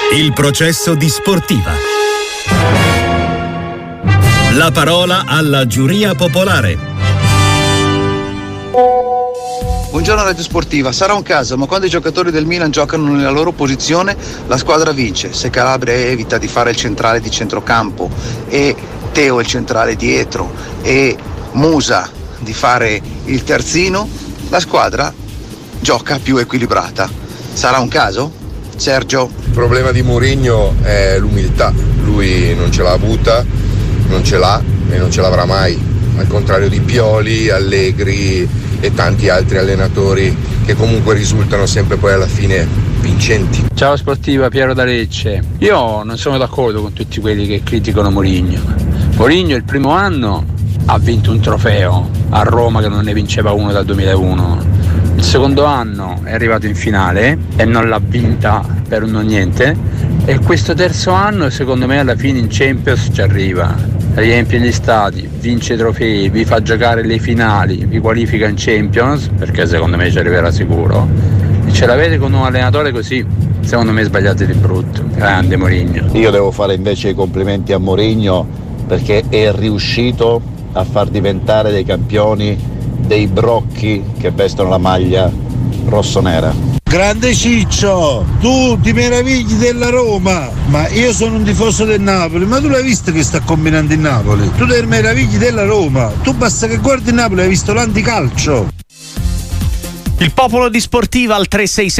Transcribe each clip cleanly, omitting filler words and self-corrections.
Il processo di Sportiva. La parola alla giuria popolare. Buongiorno Radio Sportiva, sarà un caso, ma quando i giocatori del Milan giocano nella loro posizione, la squadra vince. Se Calabria evita di fare il centrale di centrocampo e Teo il centrale dietro e Musa di fare il terzino, la squadra gioca più equilibrata. Sarà un caso? Sergio? Il problema di Mourinho è l'umiltà, lui non ce l'ha avuta, non ce l'ha e non ce l'avrà mai, al contrario di Pioli, Allegri e tanti altri allenatori che comunque risultano sempre poi alla fine vincenti. Ciao Sportiva, Piero da Lecce. Io non sono d'accordo con tutti quelli che criticano Mourinho. Mourinho il primo anno ha vinto un trofeo a Roma che non ne vinceva uno dal 2001. Il secondo anno è arrivato in finale e non l'ha vinta per un non niente, e questo terzo anno secondo me alla fine in Champions ci arriva, riempie gli stadi, vince trofei, vi fa giocare le finali, vi qualifica in Champions, perché secondo me ci arriverà sicuro, e ce l'avete con un allenatore così, secondo me sbagliate di brutto. Grande Mourinho. Io devo fare invece i complimenti a Mourinho perché è riuscito a far diventare dei campioni dei brocchi che vestono la maglia rossonera. Grande Ciccio, tu ti meravigli della Roma, ma io sono un tifoso del Napoli, ma tu l'hai visto che sta combinando il Napoli? Tu ti meravigli della Roma, tu basta che guardi il Napoli, hai visto l'anticalcio. Il popolo di Sportiva al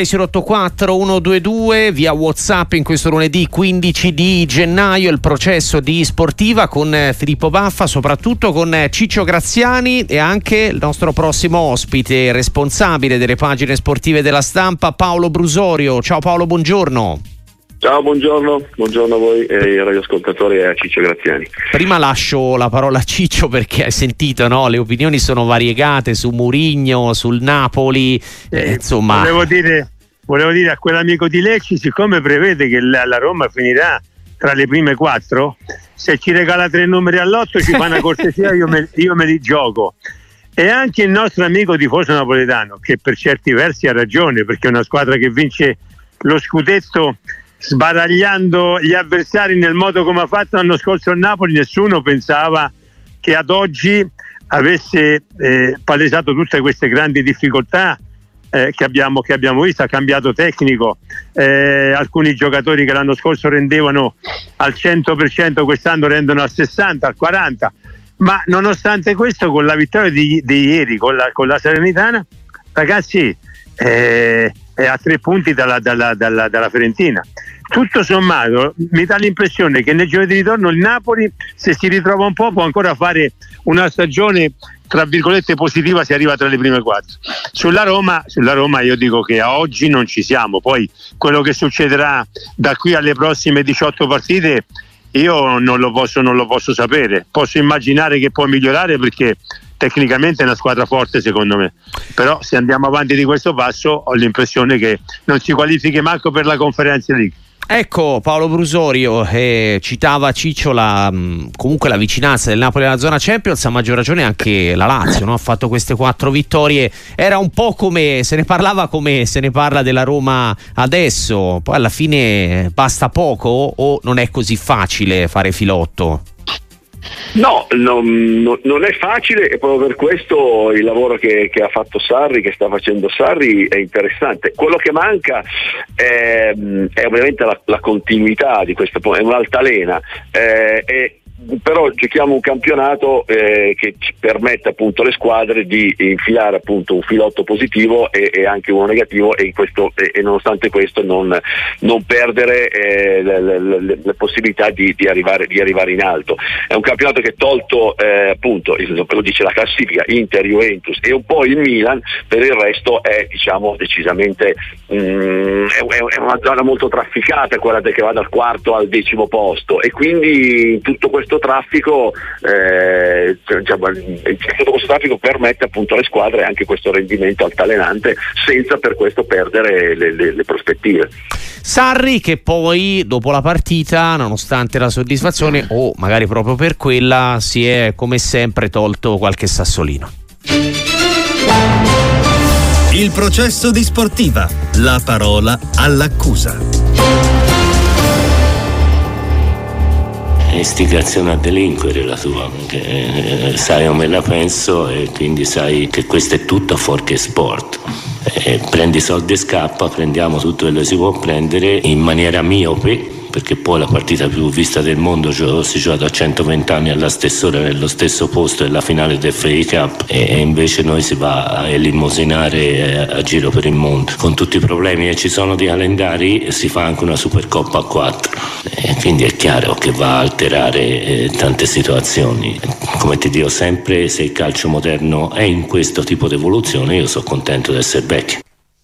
366-084-122 via WhatsApp in questo lunedì 15 di gennaio. Il processo di Sportiva con Filippo Baffa, soprattutto con Ciccio Graziani e anche il nostro prossimo ospite, responsabile delle pagine sportive della Stampa, Paolo Brusorio. Ciao Paolo, buongiorno. Ciao, buongiorno a voi e ai radioascoltatori e a Ciccio Graziani. Prima lascio la parola a Ciccio perché hai sentito, no? Le opinioni sono variegate su Mourinho, sul Napoli, insomma. Volevo dire a quell'amico di Lecce, siccome prevede che la Roma finirà tra le prime 4, se ci regala 3 numeri all'8 ci fa una cortesia, io me li gioco. E anche il nostro amico tifoso napoletano, che per certi versi ha ragione, perché è una squadra che vince lo scudetto sbaragliando gli avversari nel modo come ha fatto l'anno scorso il Napoli. Nessuno pensava che ad oggi avesse palesato tutte queste grandi difficoltà che abbiamo visto. Ha cambiato tecnico, alcuni giocatori che l'anno scorso rendevano al 100% quest'anno rendono al 60%, al 40%, ma nonostante questo con la vittoria di ieri con la Salernitana, ragazzi, è a 3 punti dalla Fiorentina. Tutto sommato mi dà l'impressione che nel giro di ritorno il Napoli, se si ritrova un po', può ancora fare una stagione tra virgolette positiva se arriva tra le prime 4. Sulla Roma io dico che a oggi non ci siamo, poi quello che succederà da qui alle prossime 18 partite io non lo posso sapere. Posso immaginare che può migliorare perché tecnicamente è una squadra forte secondo me, però se andiamo avanti di questo passo ho l'impressione che non si qualifichi manco per la Conference League. Ecco, Paolo Brusorio citava Ciccio comunque la vicinanza del Napoli alla zona Champions, a maggior ragione anche la Lazio, no? Ha fatto queste 4 vittorie, era un po' come se ne parla della Roma adesso, poi alla fine basta poco o non è così facile fare filotto? No, non è facile, e proprio per questo il lavoro che ha fatto Sarri, che sta facendo Sarri, è interessante. Quello che manca è ovviamente la continuità di questo, è un'altalena, però giochiamo un campionato che ci permette appunto alle squadre di infilare appunto un filotto positivo e anche uno negativo, e nonostante questo non perdere le possibilità di arrivare in alto. È un campionato che, tolto appunto lo dice la classifica, Inter, Juventus e un po' il Milan, per il resto è decisamente è una zona molto trafficata, quella che va dal 4° al 10° posto, e quindi tutto questo traffico permette appunto alle squadre anche questo rendimento altalenante, senza per questo perdere le prospettive. Sarri che poi dopo la partita, nonostante la soddisfazione o magari proprio per quella, si è come sempre tolto qualche sassolino. Il processo di Sportiva, la parola all'accusa. istigazione a delinquere la tua, sai come la penso e quindi sai che questo è tutto fuorché sport. Prendi soldi e scappa, prendiamo tutto quello che si può prendere in maniera miope, perché poi la partita più vista del mondo si gioca a 120 anni alla stessa ora nello stesso posto della finale del FA Cup e invece noi si va a elemosinare a giro per il mondo. Con tutti i problemi che ci sono di calendari si fa anche una Supercoppa a 4 e quindi è chiaro che va a alterare tante situazioni. Come ti dico sempre, se il calcio moderno è in questo tipo di evoluzione, io sono contento di essere vecchio.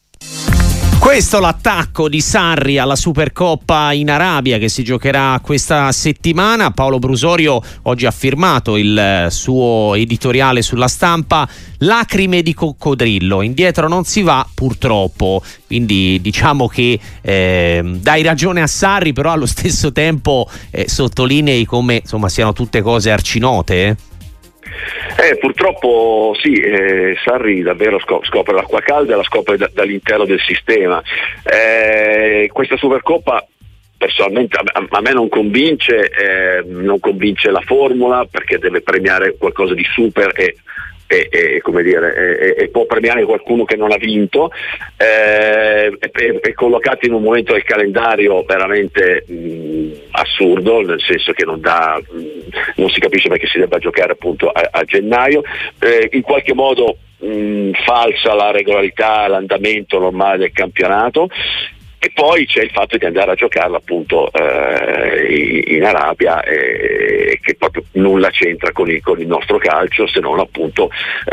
Questo l'attacco di Sarri alla Supercoppa in Arabia che si giocherà questa settimana. Paolo Brusorio oggi ha firmato il suo editoriale sulla Stampa. Lacrime di coccodrillo, indietro non si va purtroppo, quindi diciamo che dai ragione a Sarri, però allo stesso tempo sottolinei come insomma siano tutte cose arcinote. Purtroppo sì, Sarri davvero scopre l'acqua calda e la scopre dall'interno del sistema. Questa Supercoppa personalmente a me non convince la formula, perché deve premiare qualcosa di super e come dire, e può premiare qualcuno che non ha vinto, è collocato in un momento del calendario veramente assurdo, nel senso che non si capisce perché si debba giocare appunto a gennaio, in qualche modo falsa la regolarità, l'andamento normale del campionato. E poi c'è il fatto di andare a giocarla appunto in Arabia, che proprio nulla c'entra con il nostro calcio, se non appunto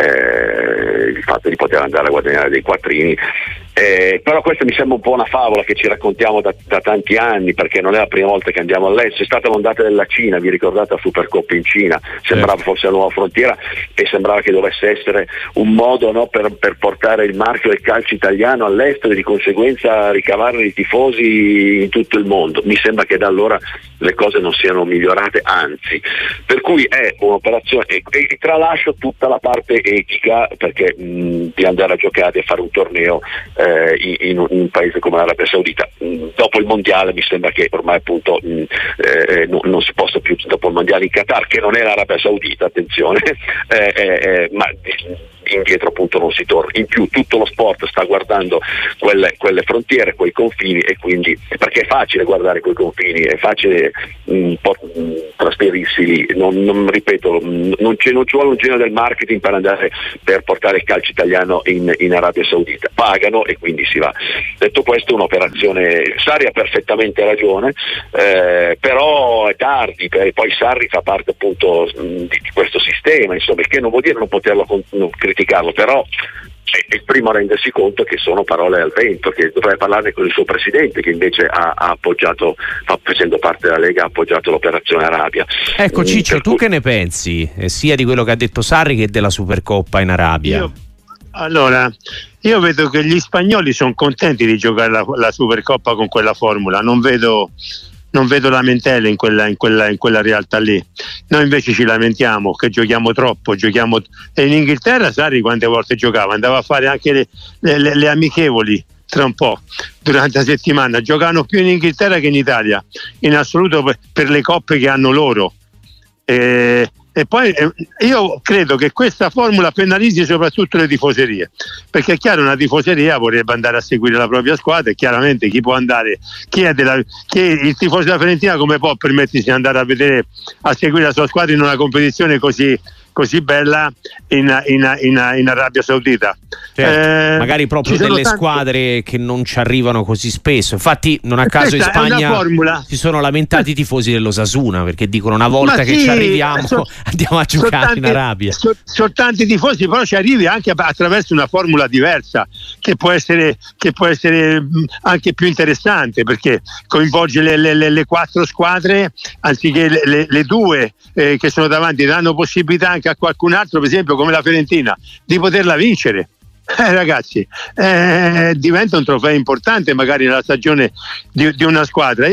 il fatto di poter andare a guadagnare dei quattrini. Però questa mi sembra un po' una favola che ci raccontiamo da tanti anni, perché non è la prima volta che andiamo all'estero. È stata l'ondata della Cina, vi ricordate la Supercoppa in Cina? Sembrava fosse la nuova frontiera e sembrava che dovesse essere un modo, no, per portare il marchio del calcio italiano all'estero e di conseguenza ricavare i tifosi in tutto il mondo. Mi sembra che da allora le cose non siano migliorate, anzi, per cui è un'operazione, e tralascio tutta la parte etica, perché di andare a giocare e fare un torneo in un paese come l'Arabia Saudita dopo il mondiale, mi sembra che ormai appunto non si possa più, dopo il mondiale in Qatar, che non è l'Arabia Saudita, attenzione, ma indietro appunto non si torna. In più tutto lo sport sta guardando quelle frontiere, quei confini, e quindi perché è facile guardare quei confini, è facile trasferirsi lì, ripeto, non ci vuole un genio del marketing per portare il calcio italiano in Arabia Saudita, pagano e quindi si va. Detto questo, un'operazione, Sarri ha perfettamente ragione, però è tardi, poi Sarri fa parte appunto di questo sistema, insomma, il che non vuol dire non poterlo criticarlo, però è il primo a rendersi conto che sono parole al vento, che dovrebbe parlarne con il suo presidente, che invece ha appoggiato, facendo parte della Lega, ha appoggiato l'operazione Arabia. Ecco Ciccio, tu che ne pensi sia di quello che ha detto Sarri che della Supercoppa in Arabia? Io vedo che gli spagnoli sono contenti di giocare la Supercoppa con quella formula, non vedo lamentele in quella realtà lì. Noi invece ci lamentiamo che giochiamo troppo, e in Inghilterra Sarri quante volte giocava, andava a fare anche le amichevoli tra un po' durante la settimana, giocavano più in Inghilterra che in Italia in assoluto per le coppe che hanno loro, e poi io credo che questa formula penalizzi soprattutto le tifoserie, perché è chiaro, una tifoseria vorrebbe andare a seguire la propria squadra, e chiaramente chi può andare, chi il tifoso della Fiorentina come può permettersi di andare a seguire la sua squadra in una competizione così bella in Arabia Saudita? Certo, magari proprio delle squadre che non ci arrivano così spesso. Infatti non a caso in Spagna si sono lamentati i tifosi dell'Osasuna, perché dicono una volta che ci arriviamo andiamo a giocare in Arabia. Sono tanti tifosi, però ci arrivi anche attraverso una formula diversa che può essere anche più interessante, perché coinvolge le 4 squadre anziché le 2 che sono davanti, danno possibilità anche a qualcun altro, per esempio come la Fiorentina, di poterla vincere. Ragazzi, diventa un trofeo importante magari nella stagione di una squadra.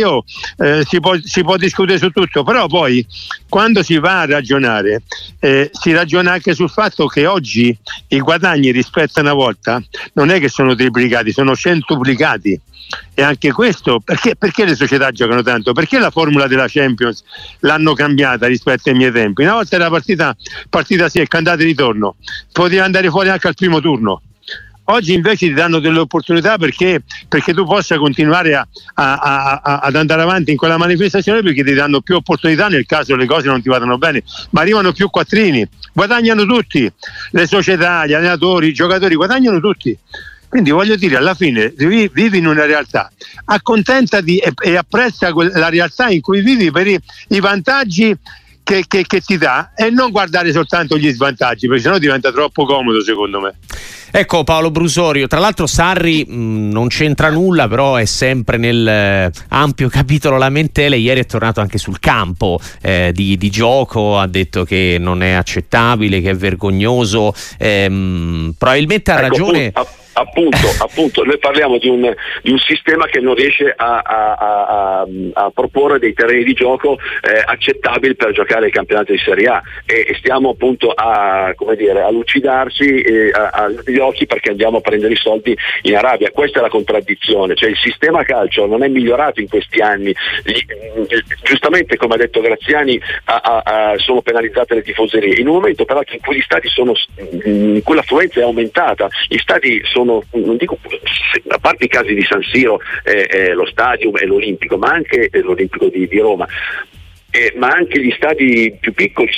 Si può discutere su tutto, però poi quando si va a ragionare si ragiona anche sul fatto che oggi i guadagni rispetto a una volta non è che sono triplicati, sono centuplicati. E anche questo, perché le società giocano tanto? Perché la formula della Champions l'hanno cambiata rispetto ai miei tempi? Una volta era partita secca, andata e ritorno, potevi andare fuori anche al primo turno. Oggi invece ti danno delle opportunità perché tu possa continuare ad andare avanti in quella manifestazione, perché ti danno più opportunità nel caso le cose non ti vadano bene, ma arrivano più quattrini, guadagnano tutti, le società, gli allenatori, i giocatori, guadagnano tutti. Quindi voglio dire, alla fine vivi in una realtà, accontentati e apprezza la realtà in cui vivi per i vantaggi che ti dà, e non guardare soltanto gli svantaggi, perché sennò diventa troppo comodo, secondo me. Ecco, Paolo Brusorio, tra l'altro Sarri non c'entra nulla, però è sempre nel ampio capitolo lamentele. Ieri è tornato anche sul campo di gioco, ha detto che non è accettabile, che è vergognoso, probabilmente ha ragione. Appunto, noi parliamo di un sistema che non riesce a proporre dei terreni di gioco accettabili per giocare il campionato di Serie A, e stiamo appunto a lucidarci gli occhi perché andiamo a prendere i soldi in Arabia. Questa è la contraddizione, cioè il sistema calcio non è migliorato in questi anni, giustamente come ha detto Graziani sono penalizzate le tifoserie in un momento però in cui gli stadi in cui l'affluenza è aumentata, gli stadi sono, non dico, a parte i casi di San Siro, lo Stadium e l'Olimpico, ma anche l'Olimpico di Roma, ma anche gli stadi più piccoli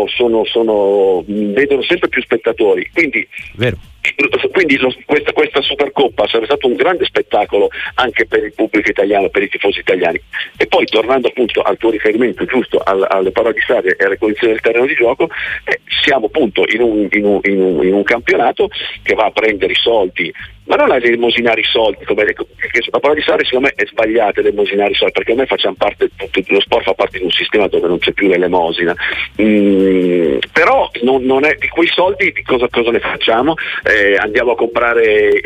vedono sempre più spettatori, quindi vero. Quindi questa Supercoppa sarebbe stato un grande spettacolo anche per il pubblico italiano, per i tifosi italiani. E poi, tornando appunto al tuo riferimento giusto alle parole di Sarri e alle condizioni del terreno di gioco, siamo appunto in un campionato che va a prendere i soldi, ma non a elemosinare i soldi, perché la parola di Sarri secondo me è sbagliata, elemosinare i soldi, perché noi facciamo parte, tutto lo sport fa parte di un sistema dove non c'è più l'elemosina, però non è di quei soldi cosa ne facciamo? Andiamo a comprare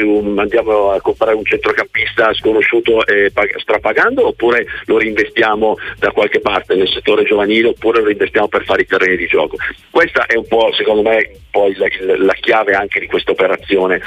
un centrocampista sconosciuto strapagando, oppure lo reinvestiamo da qualche parte nel settore giovanile, oppure lo reinvestiamo per fare i terreni di gioco? Questa è un po', secondo me, poi la chiave anche di questa operazione,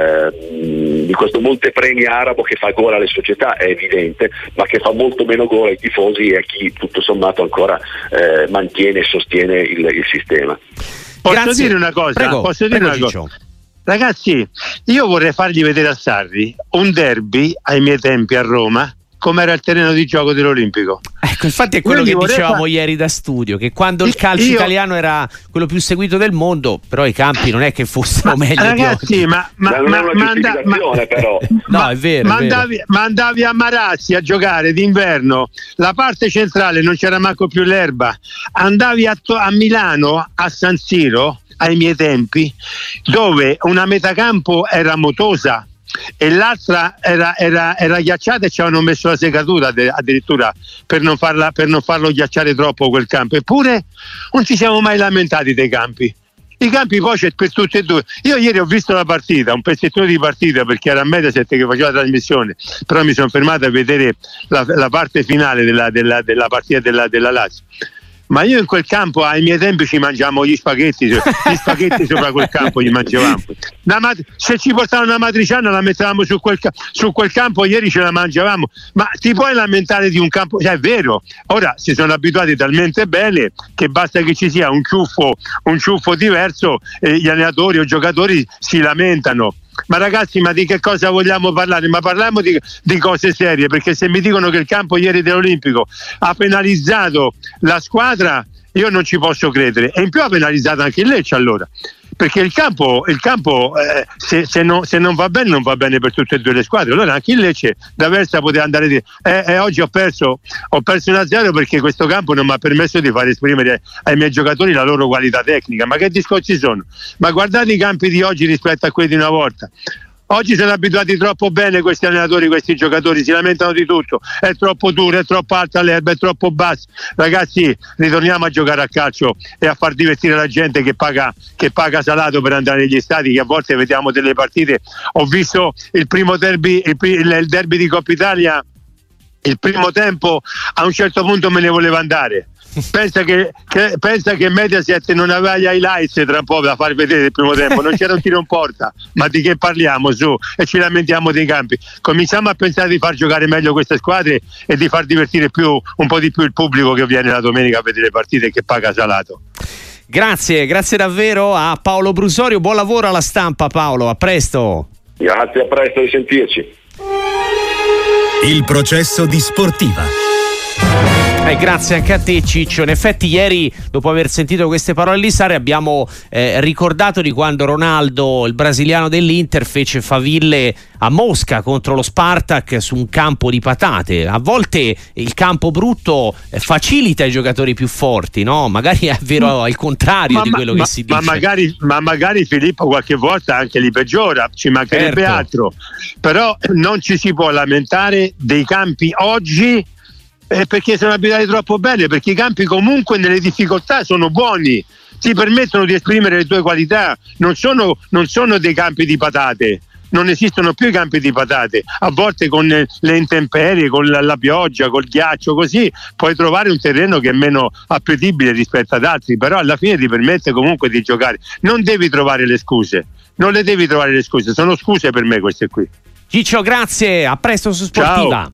di questo montepremi arabo che fa gola alle società, è evidente, ma che fa molto meno gola ai tifosi e a chi tutto sommato ancora mantiene e sostiene il sistema. Posso dire una cosa? Prego. Ragazzi, io vorrei fargli vedere a Sarri un derby ai miei tempi a Roma come era il terreno di gioco dell'Olimpico. Ecco, infatti è quello che dicevamo ieri da studio, che quando il calcio italiano era quello più seguito del mondo, però i campi non è che fossero meglio, ragazzi, ma però. No, è vero. Ma andavi a Marazzi a giocare d'inverno, la parte centrale non c'era manco più l'erba, andavi a Milano, a San Siro, ai miei tempi, dove una metacampo era motosa e l'altra era ghiacciata e ci avevano messo la segatura addirittura per non farlo ghiacciare troppo quel campo, eppure non ci siamo mai lamentati dei campi. I campi poi c'è per tutti e due. Io ieri ho visto la partita, un pezzettino di partita, perché era a Mediaset che faceva la trasmissione, però mi sono fermato a vedere la parte finale della partita della Lazio. Ma io in quel campo ai miei tempi ci mangiavamo gli spaghetti sopra quel campo, gli mangiavamo. Se ci portavano una matriciana la mettevamo su quel campo, ieri ce la mangiavamo. Ma ti puoi lamentare di un campo? Cioè, è vero, ora si sono abituati talmente bene che basta che ci sia un ciuffo diverso e gli allenatori o giocatori si lamentano. Ma ragazzi, ma di che cosa vogliamo parlare? Ma parliamo di cose serie, perché se mi dicono che il campo ieri dell'Olimpico ha penalizzato la squadra, io non ci posso credere. E in più ha penalizzato anche il Lecce, allora, perché il campo se non va bene, non va bene per tutte e due le squadre. Allora anche il Lecce da Versa poteva andare di oggi ho perso 1-0 perché questo campo non mi ha permesso di far esprimere ai miei giocatori la loro qualità tecnica. Ma che discorsi sono? Ma guardate i campi di oggi rispetto a quelli di una volta. Oggi sono abituati troppo bene questi allenatori, questi giocatori, si lamentano di tutto, è troppo duro, è troppo alta l'erba, è troppo basso. Ragazzi, ritorniamo a giocare a calcio e a far divertire la gente che paga salato per andare negli stadi, che a volte vediamo delle partite. Ho visto il primo derby, il derby di Coppa Italia, il primo tempo, a un certo punto me ne voleva andare. Pensa che Mediaset non aveva gli highlights tra un po' da far vedere il primo tempo, non c'era un tiro in porta, ma di che parliamo su? E ci lamentiamo dei campi. Cominciamo a pensare di far giocare meglio queste squadre e di far divertire un po' di più il pubblico che viene la domenica a vedere le partite e che paga salato. Grazie davvero a Paolo Brusorio, buon lavoro alla Stampa Paolo, a presto. Grazie, a presto, risentirci. Il processo di Sportiva. Grazie anche a te Ciccio. In effetti ieri, dopo aver sentito queste parole lì, Sarri, abbiamo ricordato di quando Ronaldo, il brasiliano dell'Inter, fece faville a Mosca contro lo Spartak su un campo di patate. A volte il campo brutto facilita i giocatori più forti, no? Magari è vero al contrario di quello che si dice. Ma magari Filippo qualche volta anche li peggiora, ci mancherebbe altro. Però non ci si può lamentare dei campi oggi perché sono abitati troppo bene, perché i campi comunque nelle difficoltà sono buoni, ti permettono di esprimere le tue qualità, non sono dei campi di patate, non esistono più i campi di patate. A volte con le intemperie, con la pioggia, col ghiaccio, così puoi trovare un terreno che è meno appetibile rispetto ad altri, però alla fine ti permette comunque di giocare. Non devi trovare le scuse, non le devi trovare le scuse, sono scuse per me queste qui. Ciccio, grazie, a presto su Sportiva. Ciao.